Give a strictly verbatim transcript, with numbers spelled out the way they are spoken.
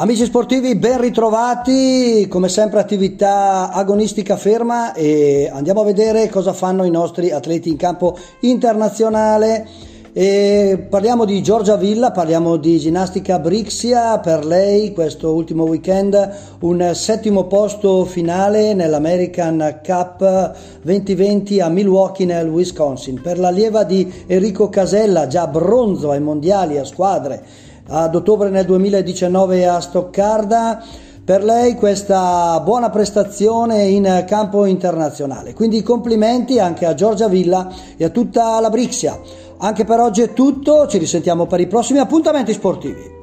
Amici sportivi, ben ritrovati, come sempre attività agonistica ferma e andiamo a vedere cosa fanno i nostri atleti in campo internazionale. E parliamo di Giorgia Villa, parliamo di ginnastica Brixia. Per lei questo ultimo weekend un settimo posto finale nell'American Cup duemilaventi a Milwaukee nel Wisconsin. Per l'allieva di Enrico Casella, già bronzo ai mondiali a squadre ad ottobre nel duemiladiciannove a Stoccarda, per lei questa buona prestazione in campo internazionale. Quindi complimenti anche a Giorgia Villa e a tutta la Brixia. Anche per oggi è tutto, ci risentiamo per i prossimi appuntamenti sportivi.